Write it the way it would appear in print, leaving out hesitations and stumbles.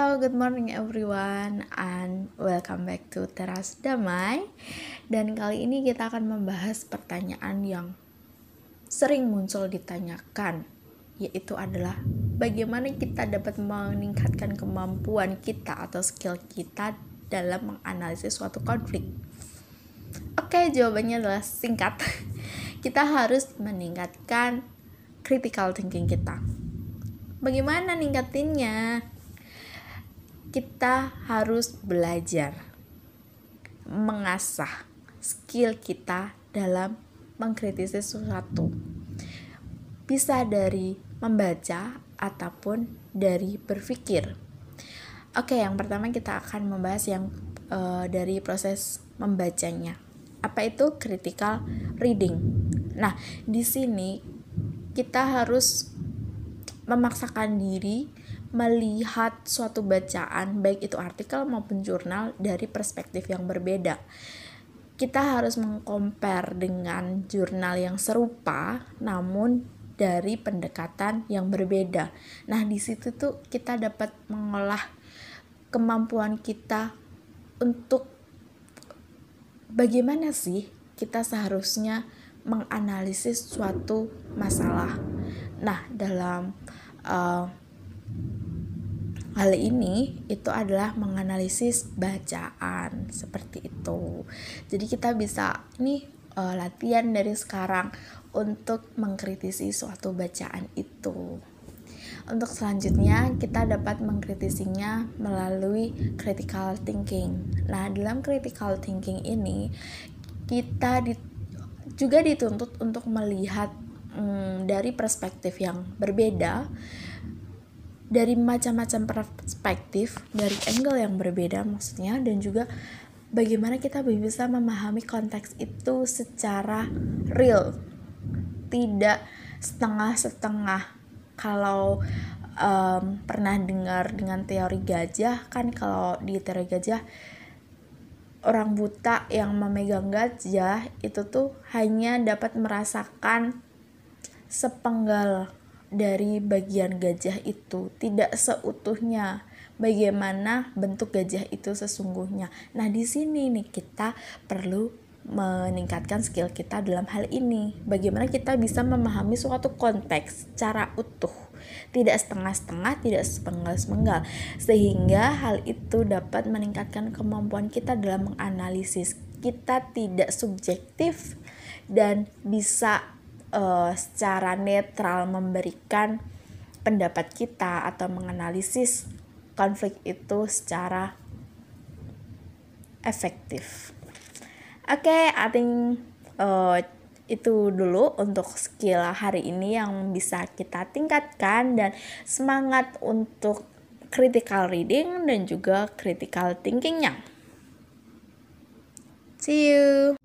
Good morning everyone and welcome back to Teras Damai. Dan kali ini kita akan membahas pertanyaan yang sering muncul ditanyakan, yaitu adalah bagaimana kita dapat meningkatkan kemampuan kita atau skill kita dalam menganalisis suatu konflik. Oke, jawabannya adalah singkat. Kita harus meningkatkan critical thinking kita. Bagaimana ningkatinnya? Kita harus belajar mengasah skill kita dalam mengkritisi sesuatu. Bisa dari membaca ataupun dari berpikir. Oke, yang pertama kita akan membahas yang dari proses membacanya. Apa itu critical reading? Nah, di sini kita harus memaksakan diri melihat suatu bacaan, baik itu artikel maupun jurnal, dari perspektif yang berbeda. Kita harus mengcompare dengan jurnal yang serupa namun dari pendekatan yang berbeda. Nah, di situ tuh kita dapat mengolah kemampuan kita untuk bagaimana sih kita seharusnya menganalisis suatu masalah. Nah, dalam hal ini itu adalah menganalisis bacaan seperti itu. Jadi kita bisa latihan dari sekarang untuk mengkritisi suatu bacaan itu. Untuk selanjutnya kita dapat mengkritisinya melalui critical thinking. Nah, dalam critical thinking ini kita juga dituntut untuk melihat dari perspektif yang berbeda, dari macam-macam perspektif, dari angle yang berbeda maksudnya, dan juga bagaimana kita bisa memahami konteks itu secara real, tidak setengah-setengah. Kalau pernah dengar dengan teori gajah, kan kalau di teori gajah orang buta yang memegang gajah itu tuh hanya dapat merasakan sepenggal dari bagian gajah itu, tidak seutuhnya bagaimana bentuk gajah itu sesungguhnya. Nah, di sini nih kita perlu meningkatkan skill kita dalam hal ini. Bagaimana kita bisa memahami suatu konteks secara utuh, tidak setengah-setengah, tidak sepenggal-sepenggal, sehingga hal itu dapat meningkatkan kemampuan kita dalam menganalisis. Kita tidak subjektif dan bisa secara netral memberikan pendapat kita atau menganalisis konflik itu secara efektif. Oke, I think itu dulu untuk skill hari ini yang bisa kita tingkatkan, dan semangat untuk critical reading dan juga critical thinkingnya. See you.